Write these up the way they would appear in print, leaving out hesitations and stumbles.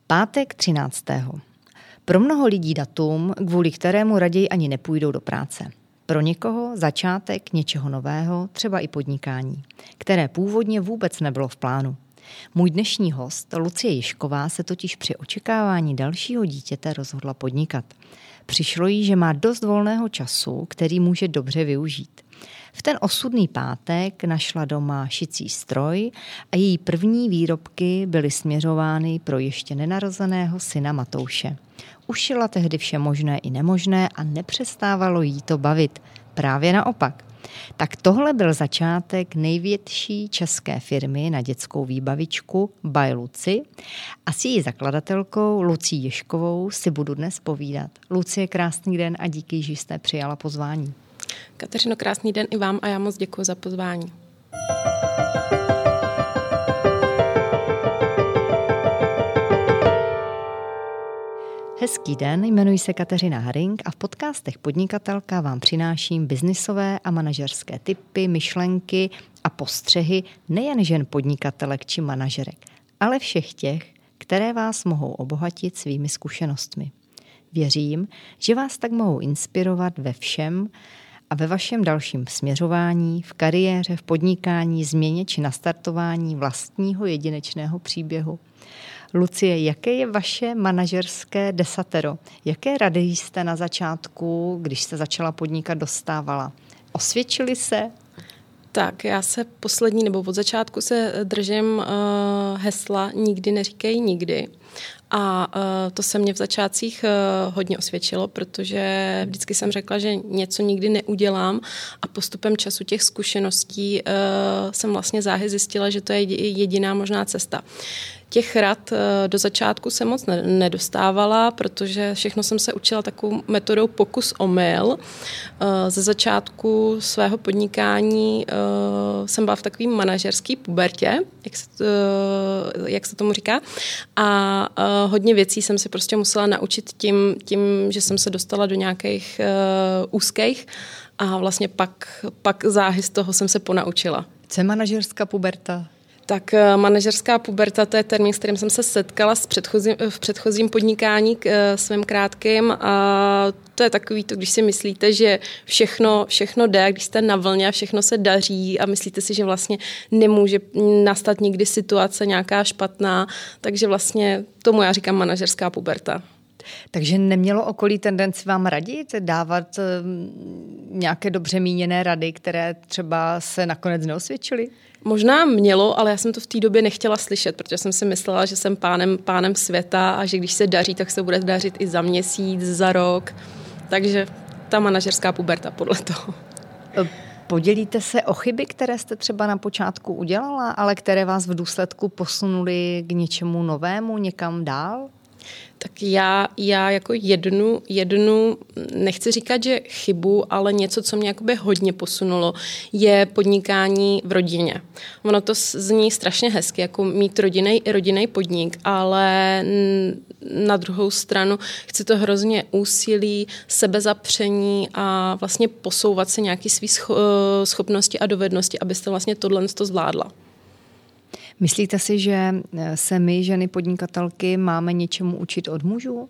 Pátek 13. Pro mnoho lidí datum, kvůli kterému raději ani nepůjdou do práce. Pro někoho začátek něčeho nového, třeba i podnikání, které původně vůbec nebylo v plánu. Můj dnešní host, Lucie Ježková, se totiž při očekávání dalšího dítěte rozhodla podnikat. Přišlo jí, že má dost volného času, který může dobře využít. V ten osudný pátek našla doma šicí stroj a její první výrobky byly směřovány pro ještě nenarozeného syna Matouše. Ušila tehdy vše možné i nemožné a nepřestávalo jí to bavit. Právě naopak. Tak tohle byl začátek největší české firmy na dětskou výbavičku By Luci a s její zakladatelkou Lucí Ježkovou si budu dnes povídat. Lucie, krásný den a díky, že jste přijala pozvání. Kateřino, krásný den i vám a já moc děkuji za pozvání. Hezký den, jmenuji se Kateřina Haring a v podcastech Podnikatelka vám přináším biznisové a manažerské tipy, myšlenky a postřehy nejen žen podnikatelek či manažerek, ale všech těch, které vás mohou obohatit svými zkušenostmi. Věřím, že vás tak mohou inspirovat ve všem a ve vašem dalším směřování, v kariéře, v podnikání, změně či nastartování vlastního jedinečného příběhu. Lucie, jaké je vaše manažerské desatero? Jaké rady jste na začátku, když jste začala podnikat, dostávala? Osvědčily se? Tak, já se od začátku se držím hesla nikdy neříkej nikdy. A to se mě v začátcích hodně osvědčilo, protože vždycky jsem řekla, že něco nikdy neudělám a postupem času těch zkušeností jsem vlastně záhy zjistila, že to je jediná možná cesta. Těch rad do začátku jsem moc nedostávala, protože všechno jsem se učila takovou metodou pokus omyl. Ze začátku svého podnikání jsem byla v takové manažerské pubertě, jak se tomu říká, a hodně věcí jsem si prostě musela naučit tím, že jsem se dostala do nějakých úzkých a vlastně pak záhy z toho jsem se ponaučila. Co je manažerská puberta? Tak manažerská puberta, to je termín, s kterým jsem se setkala v předchozím podnikání svým krátkým a to je takový to, když si myslíte, že všechno jde, když jste na vlně a všechno se daří a myslíte si, že vlastně nemůže nastat nikdy situace nějaká špatná, takže vlastně tomu já říkám manažerská puberta. Takže nemělo okolí tendenci vám radit, dávat nějaké dobře míněné rady, které třeba se nakonec neosvědčily? Možná mělo, ale já jsem to v té době nechtěla slyšet, protože jsem si myslela, že jsem pánem světa a že když se daří, tak se bude dařit i za měsíc, za rok. Takže ta manažerská puberta podle toho. Podělíte se o chyby, které jste třeba na počátku udělala, ale které vás v důsledku posunuly k něčemu novému, někam dál? Tak já jako jednu, nechci říkat, že chybu, ale něco, co mě jakoby hodně posunulo, je podnikání v rodině. Ono to zní strašně hezky, jako mít rodinný podnik, ale na druhou stranu chci to hrozně úsilí, sebezapření a vlastně posouvat se nějaký svý schopnosti a dovednosti, abyste vlastně tohle zvládla. Myslíte si, že se my, ženy podnikatelky, máme něčemu učit od mužů?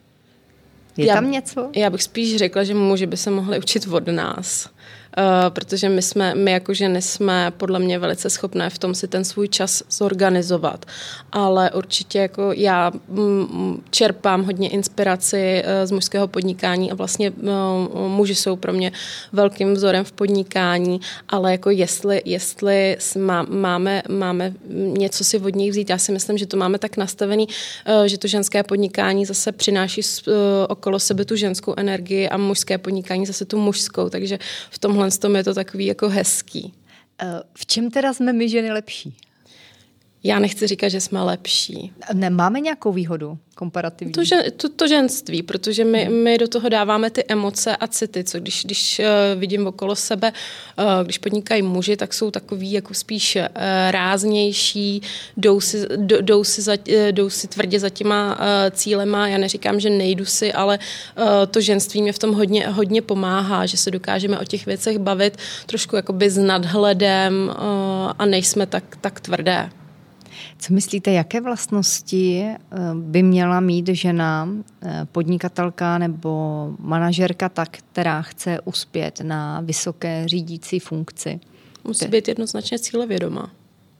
Je tam něco? Já bych spíš řekla, že muži by se mohli učit od nás. Protože my jako ženy jsme podle mě velice schopné v tom si ten svůj čas zorganizovat. Ale určitě jako já čerpám hodně inspiraci z mužského podnikání a vlastně muži jsou pro mě velkým vzorem v podnikání, ale jako jestli máme něco si od nich vzít, já si myslím, že to máme tak nastavený, že to ženské podnikání zase přináší okolo sebe tu ženskou energii a mužské podnikání zase tu mužskou, takže v tomhle je to takový jako hezký. V čem teda jsme my ženy lepší? Já nechci říkat, že jsme lepší. Nemáme nějakou výhodu komparativní? To ženství, protože my do toho dáváme ty emoce a city, co když vidím okolo sebe, když podnikají muži, tak jsou takový jako spíš ráznější, jdou si tvrdě za těma cílema. Já neříkám, že nejdu si, ale to ženství mě v tom hodně pomáhá, že se dokážeme o těch věcech bavit trošku jakoby s nadhledem a nejsme tak tvrdé. Co myslíte, jaké vlastnosti by měla mít žena, podnikatelka nebo manažerka, která chce uspět na vysoké řídící funkci? Musí být jednoznačně cílevědomá.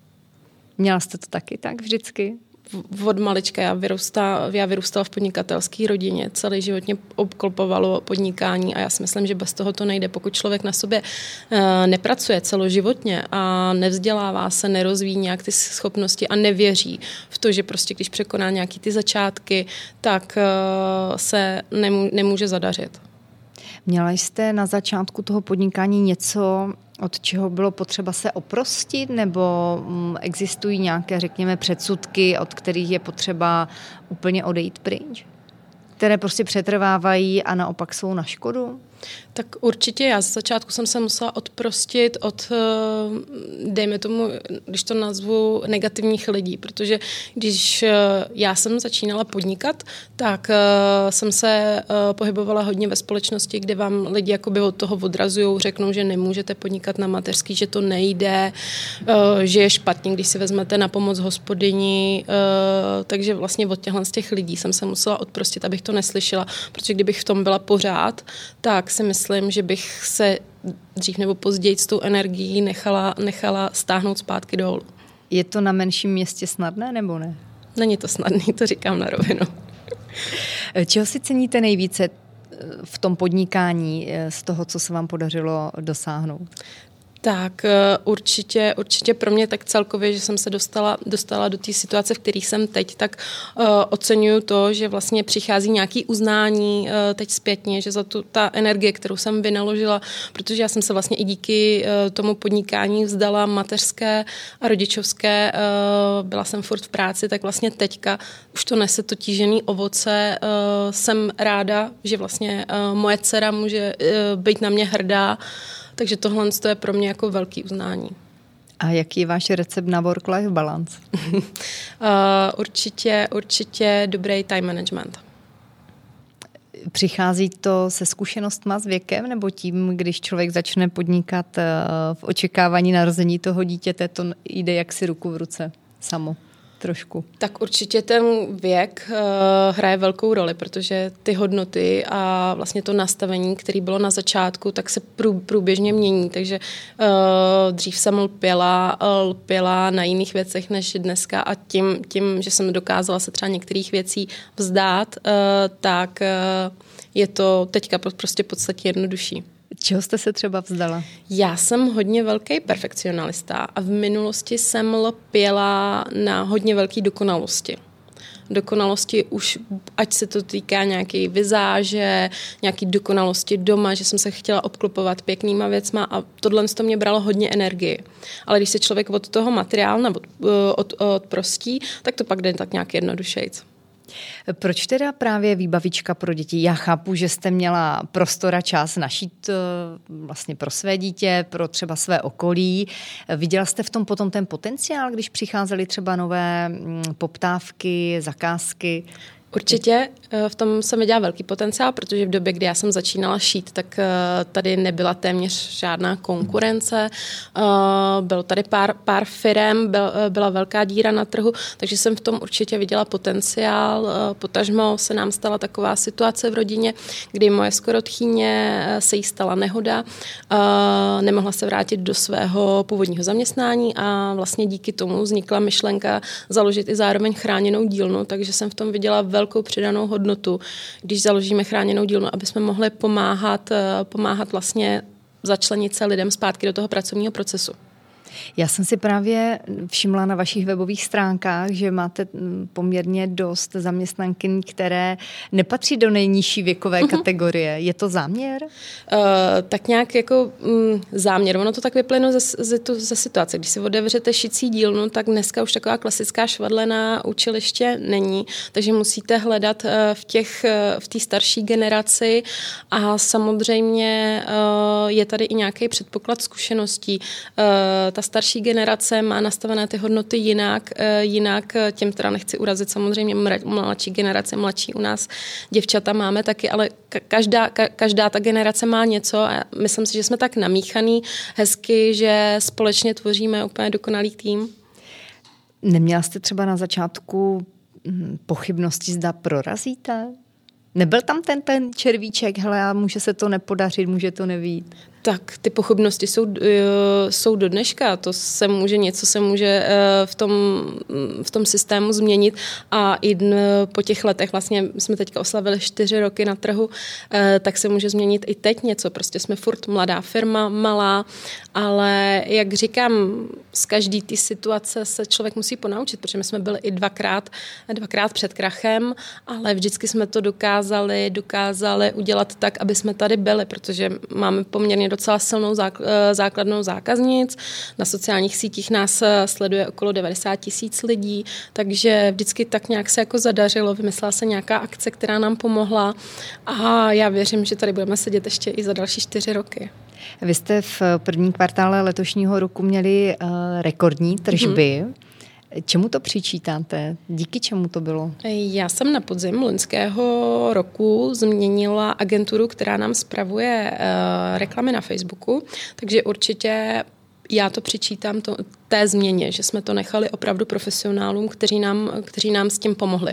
Měla jste to taky tak vždycky? Od malička já vyrůstala v podnikatelské rodině, celý život mě obklopovalo podnikání a já si myslím, že bez toho to nejde. Pokud člověk na sobě nepracuje celoživotně a nevzdělává se, nerozvíjí nějak ty schopnosti a nevěří v to, že prostě když překoná nějaký ty začátky, tak se nemůže zadařit. Měla jste na začátku toho podnikání něco, od čeho bylo potřeba se oprostit, nebo existují nějaké, řekněme, předsudky, od kterých je potřeba úplně odejít pryč, které prostě přetrvávají a naopak jsou na škodu? Tak určitě já z začátku jsem se musela odprostit od, dejme tomu, když to nazvu, negativních lidí, protože když já jsem začínala podnikat, tak jsem se pohybovala hodně ve společnosti, kde vám lidi jakoby od toho odrazujou, řeknou, že nemůžete podnikat na mateřský, že to nejde, že je špatně, když si vezmete na pomoc hospodyni, takže vlastně od těchhle z těch lidí jsem se musela odprostit, abych to neslyšela, protože kdybych v tom byla pořád, tak si myslím, že bych se dřív nebo později s tou energií nechala stáhnout zpátky dolů. Je to na menším městě snadné, nebo ne? Není to snadné, to říkám na rovinu. Čeho si ceníte nejvíce v tom podnikání z toho, co se vám podařilo dosáhnout? Tak určitě pro mě tak celkově, že jsem se dostala do té situace, v kterých jsem teď, tak oceňuju to, že vlastně přichází nějaké uznání teď zpětně, že za ta energie, kterou jsem vynaložila, protože já jsem se vlastně i díky tomu podnikání vzdala mateřské a rodičovské, byla jsem furt v práci, tak vlastně teďka už to nese to tížený ovoce. Jsem ráda, že vlastně moje dcera může být na mě hrdá, takže tohle je pro mě jako velký uznání. A jaký je váš recept na work-life balance? Určitě dobrý time management. Přichází to se zkušenostma, s věkem, nebo tím, když člověk začne podnikat v očekávání narození toho dítěte, to jde jaksi ruku v ruce samo? Trošku. Tak určitě ten věk hraje velkou roli, protože ty hodnoty a vlastně to nastavení, které bylo na začátku, tak se průběžně mění, takže dřív jsem lpěla na jiných věcech než dneska a tím, že jsem dokázala se třeba některých věcí vzdát, tak je to teďka prostě podstatně jednodušší. Čeho jste se třeba vzdala? Já jsem hodně velký perfekcionalista a v minulosti jsem lpěla na hodně velké dokonalosti. Dokonalosti už, ať se to týká nějaké vizáže, nějaké dokonalosti doma, že jsem se chtěla obklopovat pěknýma věcma a tohle to mě bralo hodně energie. Ale když se člověk od toho materiálu nebo odprostí, tak to pak jde tak nějak jednodušejc. Proč teda právě výbavička pro děti? Já chápu, že jste měla prostor a čas našít vlastně pro své dítě, pro třeba své okolí. Viděla jste v tom potom ten potenciál, když přicházely třeba nové poptávky, zakázky? Určitě v tom jsem viděla velký potenciál, protože v době, kdy já jsem začínala šít, tak tady nebyla téměř žádná konkurence. Bylo tady pár firem, byla velká díra na trhu, takže jsem v tom určitě viděla potenciál. Potažmo se nám stala taková situace v rodině, kdy moje skorodchýně se jí stala nehoda, nemohla se vrátit do svého původního zaměstnání a vlastně díky tomu vznikla myšlenka založit i zároveň chráněnou dílnu, takže jsem v tom viděla velkou přidanou hodnotu, když založíme chráněnou dílnu, aby jsme mohli pomáhat vlastně začlenit se lidem zpátky do toho pracovního procesu. Já jsem si právě všimla na vašich webových stránkách, že máte poměrně dost zaměstnankyň, které nepatří do nejnižší věkové kategorie. Je to záměr? Tak nějak jako záměr. Ono to tak vyplynulo ze situace. Když si otevřete šicí dílnu, tak dneska už taková klasická švadlená učiliště není, takže musíte hledat v té starší generaci a samozřejmě je tady i nějaký předpoklad zkušeností. Ta starší generace má nastavené ty hodnoty jinak těm teda nechci urazit samozřejmě mladší generace, mladší u nás děvčata máme taky, ale každá ta generace má něco a myslím si, že jsme tak namíchaný hezky, že společně tvoříme úplně dokonalý tým. Neměla jste třeba na začátku pochybnosti, zda prorazíte? Nebyl tam ten červíček, hele, a může se to nepodařit, může to nevít? Tak ty pochybnosti jsou do dneška. Něco se může v tom systému změnit a i po těch letech, vlastně jsme teďka oslavili 4 roky na trhu, tak se může změnit i teď něco. Prostě jsme furt mladá firma, malá, ale jak říkám, z každé té situace se člověk musí ponaučit, protože my jsme byli i dvakrát před krachem, ale vždycky jsme to dokázali udělat tak, aby jsme tady byli, protože máme poměrně docela silnou základnou zákaznic. Na sociálních sítích nás sleduje okolo 90 000 lidí, takže vždycky tak nějak se jako zadařilo, vymyslela se nějaká akce, která nám pomohla a já věřím, že tady budeme sedět ještě i za další 4 roky. Vy jste v prvním kvartále letošního roku měli rekordní tržby. Čemu to přičítáte? Díky čemu to bylo? Já jsem na podzim loňského roku změnila agenturu, která nám spravuje reklamy na Facebooku, takže určitě já to přičítám té změně, že jsme to nechali opravdu profesionálům, kteří nám s tím pomohli.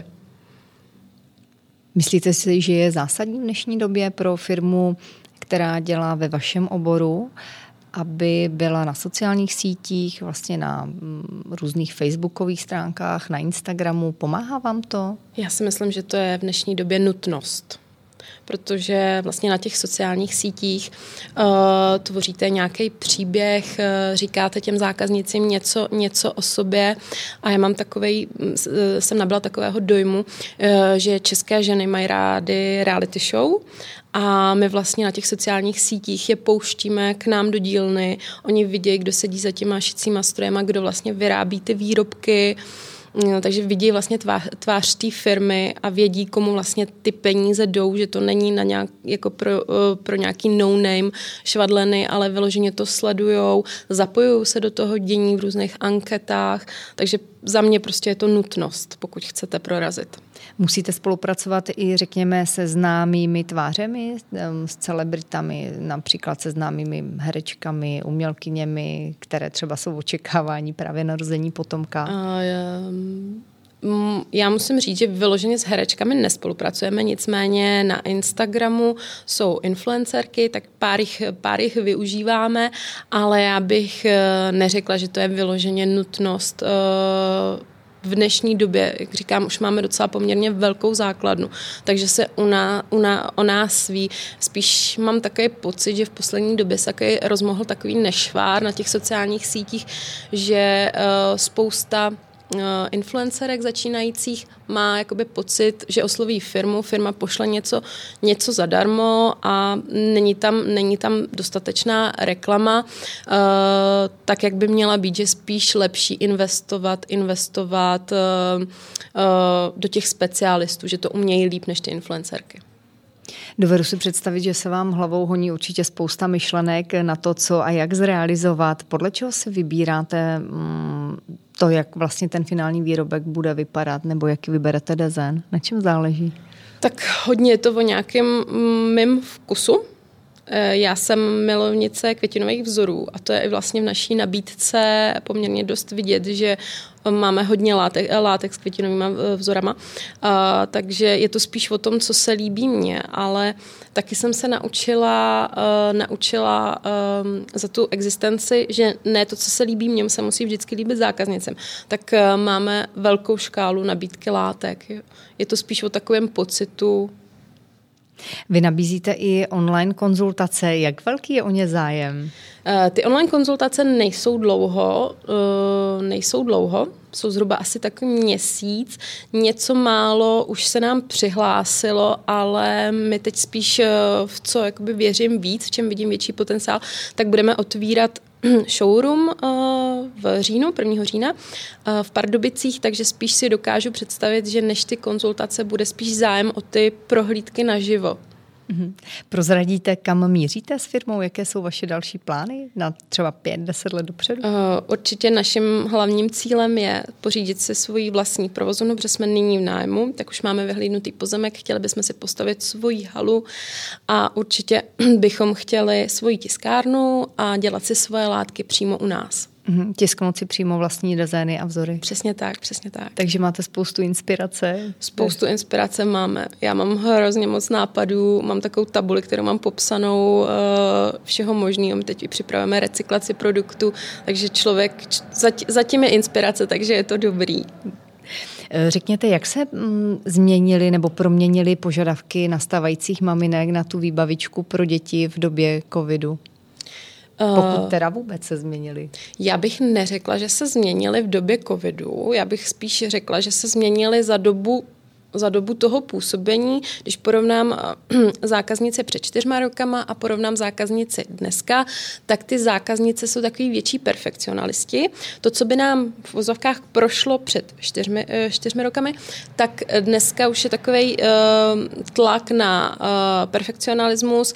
Myslíte si, že je zásadní v dnešní době pro firmu, která dělá ve vašem oboru, aby byla na sociálních sítích, vlastně na různých facebookových stránkách, na Instagramu? Pomáhá vám to? Já si myslím, že to je v dnešní době nutnost. Protože vlastně na těch sociálních sítích tvoříte nějaký příběh, říkáte těm zákaznicím něco o sobě a já jsem nabyla takového dojmu, že české ženy mají rády reality show a my vlastně na těch sociálních sítích je pouštíme k nám do dílny, oni vidějí, kdo sedí za těma šicíma strojema, kdo vlastně vyrábí ty výrobky, takže vidí vlastně tvář té firmy a vědí, komu vlastně ty peníze jdou, že to není na jako pro nějaký no-name švadleny, ale vyloženě to sledujou, zapojujou se do toho dění v různých anketách, takže za mě prostě je to nutnost, pokud chcete prorazit. Musíte spolupracovat i, řekněme, se známými tvářemi, s celebritami, například se známými herečkami, umělkyněmi, které třeba jsou očekávání právě narození potomka? Já musím říct, že vyloženě s herečkami nespolupracujeme, nicméně na Instagramu jsou influencerky, tak pár jich využíváme, ale já bych neřekla, že to je vyloženě nutnost. V dnešní době, jak říkám, už máme docela poměrně velkou základnu, takže se o nás ví. Spíš mám takový pocit, že v poslední době se rozmohl takový nešvár na těch sociálních sítích, že spousta influencerek začínajících má jakoby pocit, že osloví firma pošle něco zadarmo a není tam dostatečná reklama, tak, jak by měla být, že spíš lepší investovat do těch specialistů, že to umějí líp než ty influencerky. Dovedu si představit, že se vám hlavou honí určitě spousta myšlenek na to, co a jak zrealizovat. Podle čeho si vybíráte to, jak vlastně ten finální výrobek bude vypadat, nebo jaký vyberete design? Na čem záleží? Tak hodně je to o nějakém mým vkusu. Já jsem milovnice květinových vzorů a to je i vlastně v naší nabídce poměrně dost vidět, že máme hodně látek s květinovými vzorama, takže je to spíš o tom, co se líbí mně, ale taky jsem se naučila za tu existenci, že ne to, co se líbí mně, se musí vždycky líbit zákaznicem. Tak máme velkou škálu nabídky látek. Je to spíš o takovém pocitu. Vy nabízíte i online konzultace. Jak velký je o ně zájem? Ty online konzultace nejsou dlouho, jsou zhruba asi takový měsíc. Něco málo už se nám přihlásilo, ale my teď spíš v co jakoby věřím víc, v čem vidím větší potenciál, tak budeme otvírat showroom v říjnu, 1. října v Pardubicích, takže spíš si dokážu představit, že než ty konzultace bude spíš zájem o ty prohlídky naživo. Prozradíte, kam míříte s firmou? Jaké jsou vaše další plány na třeba 5-10 let dopředu? Určitě naším hlavním cílem je pořídit si svoji vlastní provozovnu, protože jsme nyní v nájmu, tak už máme vyhlídnutý pozemek, chtěli bychom si postavit svoji halu a určitě bychom chtěli svoji tiskárnu a dělat si svoje látky přímo u nás. Tisknout si přímo vlastní designy a vzory. Přesně tak, přesně tak. Takže máte spoustu inspirace. Spoustu inspirace máme. Já mám hrozně moc nápadů, mám takovou tabuli, kterou mám popsanou všeho možného. My teď i připravujeme recyklaci produktu, takže člověk, zatím je inspirace, takže je to dobrý. Řekněte, jak se změnily nebo proměnily požadavky nastávajících maminek na tu výbavičku pro děti v době covidu? Pokud teda vůbec se změnily. Já bych neřekla, že se změnily v době covidu, já bych spíš řekla, že se změnily za dobu toho působení, když porovnám zákaznice před 4 rokama a porovnám zákaznici dneska, tak ty zákaznice jsou takový větší perfekcionalisti. To, co by nám v vozovkách prošlo před 4 rokami, tak dneska už je takovej tlak na perfekcionalismus.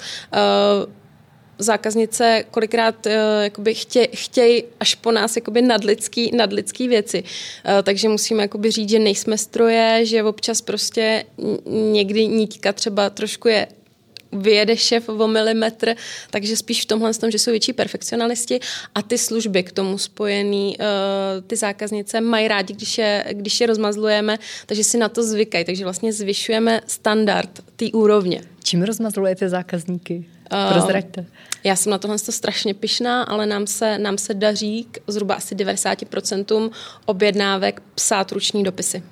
Zákaznice kolikrát jakoby chtějí až po nás jakoby nadlidský věci. Takže musíme jakoby říct, že nejsme stroje, že občas prostě někdy níťka třeba trošku vyjede šef o milimetr, takže spíš v tomhle tom, že jsou větší perfekcionalisti a ty služby k tomu spojený, ty zákaznice mají rádi, když je rozmazlujeme, takže si na to zvykají, takže vlastně zvyšujeme standard té úrovně. Čím rozmazlujete zákazníky? Prozraďte. Já jsem na tohle strašně pyšná, ale nám se daří zhruba asi 90% objednávek psát ruční dopisy.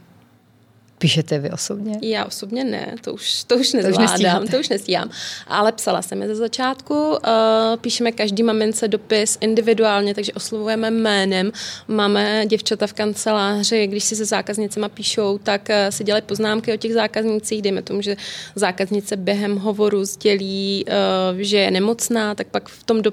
Píšete vy osobně? Já osobně ne, to už nezvládám, to už nestíhám. Ale psala jsem je ze začátku, píšeme každý mamince dopis individuálně, takže oslovujeme jménem. Máme děvčata v kanceláři, když si se zákaznicema píšou, tak si dělají poznámky o těch zákaznicích, dejme tomu, že zákaznice během hovoru sdělí, že je nemocná, tak pak v tom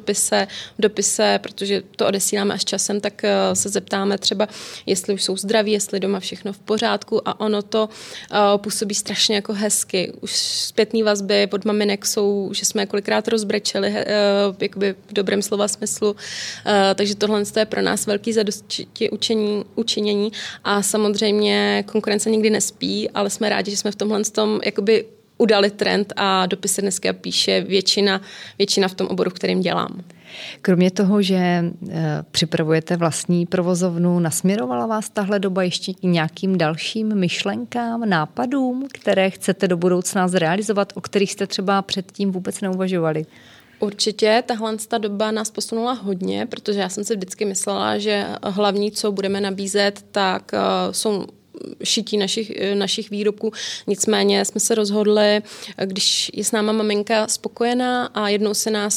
dopise, protože to odesíláme až časem, tak se zeptáme třeba, jestli už jsou zdraví, jestli doma všechno v pořádku a ono to působí strašně jako hezky. Už zpětný vazby od maminek jsou, že jsme kolikrát rozbrečeli jakoby v dobrém slova smyslu, takže tohle je pro nás velký zadosti učinění a samozřejmě konkurence nikdy nespí, ale jsme rádi, že jsme v tomhle tom jakoby udali trend a dopisy dneska píše většina v tom oboru, kterým dělám. Kromě toho, že připravujete vlastní provozovnu, nasměrovala vás tahle doba ještě k nějakým dalším myšlenkám, nápadům, které chcete do budoucna zrealizovat, o kterých jste třeba předtím vůbec neuvažovali? Určitě, tahle doba nás posunula hodně, protože já jsem si vždycky myslela, že hlavní, co budeme nabízet, tak jsou šití našich výrobků. Nicméně jsme se rozhodli, když je s náma maminka spokojená a jednou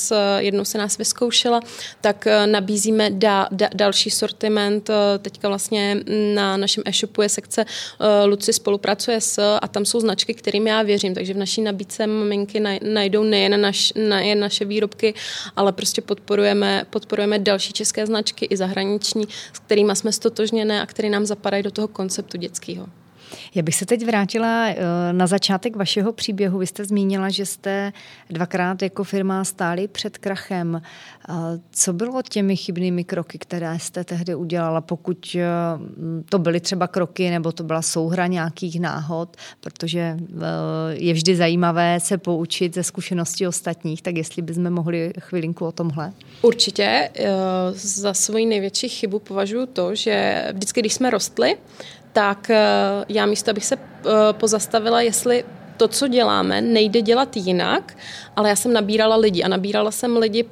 se nás vyzkoušela, tak nabízíme další sortiment. Teďka vlastně na našem e-shopu je sekce Luci spolupracuje a tam jsou značky, kterým já věřím, takže v naší nabídce maminky najdou nejen naše výrobky, ale prostě podporujeme další české značky i zahraniční, s kterými jsme stotožněné a které nám zapadají do toho konceptu dětského. Já bych se teď vrátila na začátek vašeho příběhu. Vy jste zmínila, že jste 2krát jako firma stáli před krachem. Co bylo těmi chybnými kroky, které jste tehdy udělala, pokud to byly třeba kroky nebo to byla souhra nějakých náhod, protože je vždy zajímavé se poučit ze zkušeností ostatních, tak jestli bychom mohli chvilinku o tomhle. Určitě. Za svoji největší chybu považuji to, že vždycky, když jsme rostli, tak já místo, abych se pozastavila, jestli to, co děláme, nejde dělat jinak, ale já jsem nabírala lidi a nabírala jsem lidi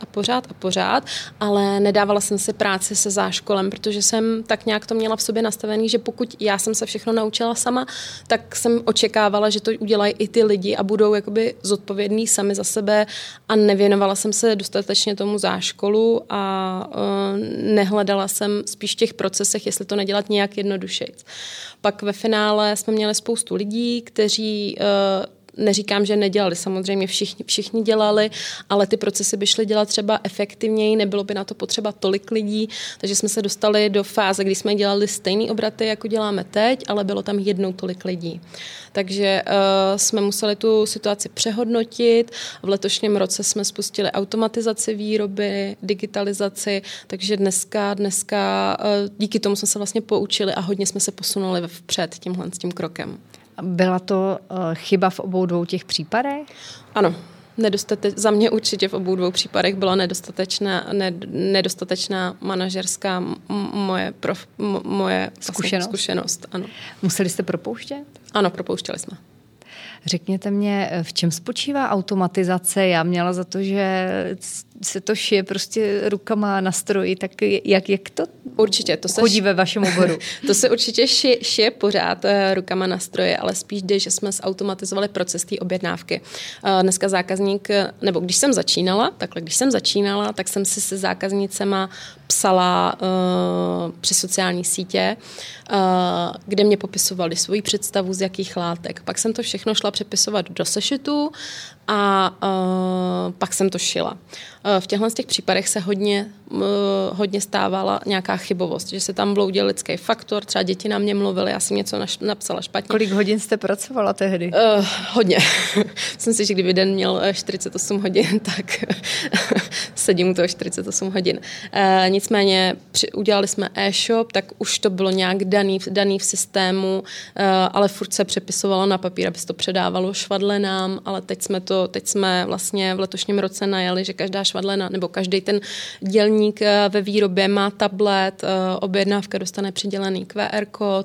pořád, ale nedávala jsem si práci se záškolem, protože jsem tak nějak to měla v sobě nastavený, že pokud já jsem se všechno naučila sama, tak jsem očekávala, že to udělají i ty lidi a budou jakoby zodpovědní sami za sebe a nevěnovala jsem se dostatečně tomu záškolu a nehledala jsem spíš v těch procesech, jestli to nedělat nějak jednodušejc. Pak ve finále jsme měli spoustu lidí, kteří neříkám, že nedělali, samozřejmě všichni dělali, ale ty procesy by šly dělat třeba efektivněji, nebylo by na to potřeba tolik lidí, takže jsme se dostali do fáze, kdy jsme dělali stejné obraty, jako děláme teď, ale bylo tam jednou tolik lidí. Takže jsme museli tu situaci přehodnotit. V letošním roce jsme spustili automatizaci výroby, digitalizaci, takže dneska díky tomu jsme se vlastně poučili a hodně jsme se posunuli vpřed tím krokem. Byla to chyba v obou dvou těch případech? Ano. Za mě určitě v obou dvou případech byla nedostatečná manažerská moje zkušenost. Ano. Museli jste propouštět? Ano, propouštěli jsme. Řekněte mě, v čem spočívá automatizace? Já měla za to, že se to šije prostě rukama na stroji, tak jak to určitě, chodí ve vašem oboru? To se určitě šije pořád rukama na stroje, ale spíš jde, že jsme zautomatizovali proces té objednávky. Dneska zákazník, nebo když jsem začínala, tak jsem si se zákaznicema psala přes sociální sítě, kde mě popisovali svoji představu, z jakých látek. Pak jsem to všechno šla přepisovat do sešitu a pak jsem to šila. V těchto těch případech se hodně stávala nějaká chybovost, že se tam bloudil lidský faktor, třeba děti na mě mluvily, já jsem něco napsala špatně. Kolik hodin jste pracovala tehdy? Hodně. Myslím si, že kdyby den měl 48 hodin, tak sedím u toho 48 hodin. Nicméně udělali jsme e-shop, tak už to bylo nějak daný v systému, ale furt se přepisovalo na papír, aby se to předávalo švadlenám, ale teď jsme vlastně v letošním roce najeli, že každá švadlena nebo každý ten dělník ve výrobě má tablet, objednávka dostane přidělený QR kód,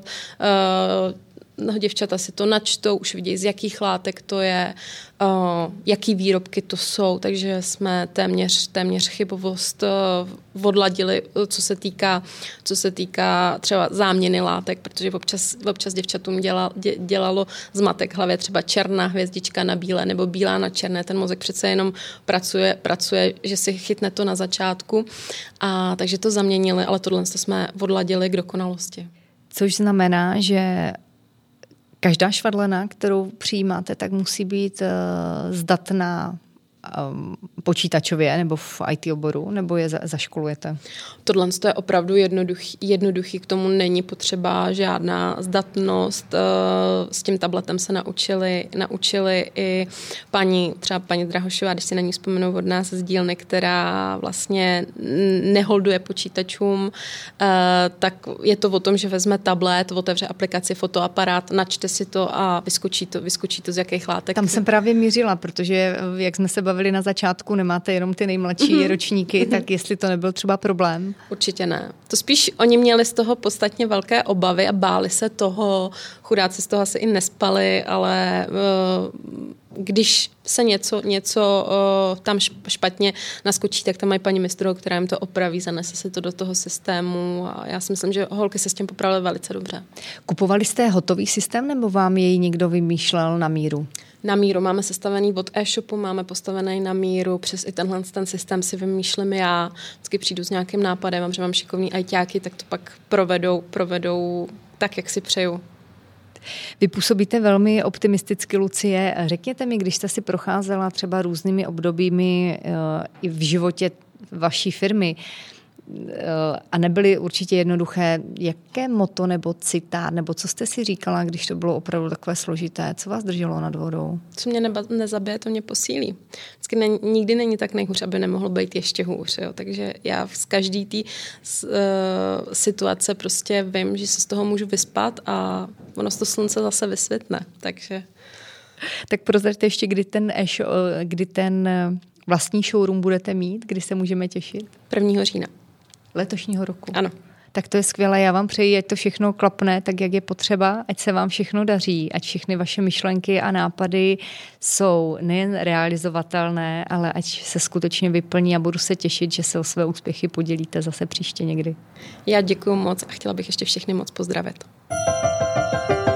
děvčata si to načtou, už vidějí, z jakých látek to je, jaký výrobky to jsou, takže jsme téměř chybovost odladili, co se týká třeba záměny látek, protože občas děvčatům dělalo zmatek hlavě, třeba černá hvězdička na bílé nebo bílá na černé, ten mozek přece jenom pracuje, že si chytne to na začátku, a takže to zaměnili, ale tohle jsme odladili k dokonalosti. Což znamená, že každá švadlena, kterou přijímáte, tak musí být zdatná počítačově nebo v IT oboru, nebo je zaškolujete? Tohle je opravdu jednoduchý, k tomu není potřeba žádná zdatnost. S tím tabletem se naučili i třeba paní Drahošová, když si na ní vzpomenu od nás z dílny, která vlastně neholduje počítačům, tak je to o tom, že vezme tablet, otevře aplikaci, fotoaparát, načte si to a vyskočí to z jakých látek. Tam jsem právě mířila, protože jak jsme se bavili na začátku, nemáte jenom ty nejmladší ročníky, tak jestli to nebyl třeba problém? Určitě ne. To spíš oni měli z toho podstatně velké obavy a báli se toho, chudáci z toho asi i nespali, ale když se něco tam špatně naskočí, tak tam mají paní mistrovou, která jim to opraví, zanese se to do toho systému a já si myslím, že holky se s tím popravily velice dobře. Kupovali jste hotový systém nebo vám jej někdo vymýšlel na míru? Na míru. Máme sestavený od e-shopu, máme postavený na míru, přes i ten systém si vymýšlím já. Vždycky přijdu s nějakým nápadem, že mám šikovný ajťáky, tak to pak provedou tak, jak si přeju. Vy působíte velmi optimisticky, Lucie. Řekněte mi, když jste si procházela třeba různými obdobími i v životě vaší firmy, a nebyly určitě jednoduché, jaké motto nebo citát, nebo co jste si říkala, když to bylo opravdu takové složité? Co vás drželo nad vodou? Co mě nezabije, to mě posílí. Nikdy není tak nejhůř, aby nemohlo být ještě hůř. Jo? Takže já z každý té situace prostě vím, že se z toho můžu vyspat a ono z toho slunce zase vysvětne. Takže... Tak prozraďte ještě, kdy ten vlastní showroom budete mít, kdy se můžeme těšit? 1. října. Letošního roku. Ano. Tak to je skvělé, já vám přeji, ať to všechno klapne tak, jak je potřeba, ať se vám všechno daří, ať všechny vaše myšlenky a nápady jsou nejen realizovatelné, ale ať se skutečně vyplní a budu se těšit, že se o své úspěchy podělíte zase příště někdy. Já děkuju moc a chtěla bych ještě všechny moc pozdravit.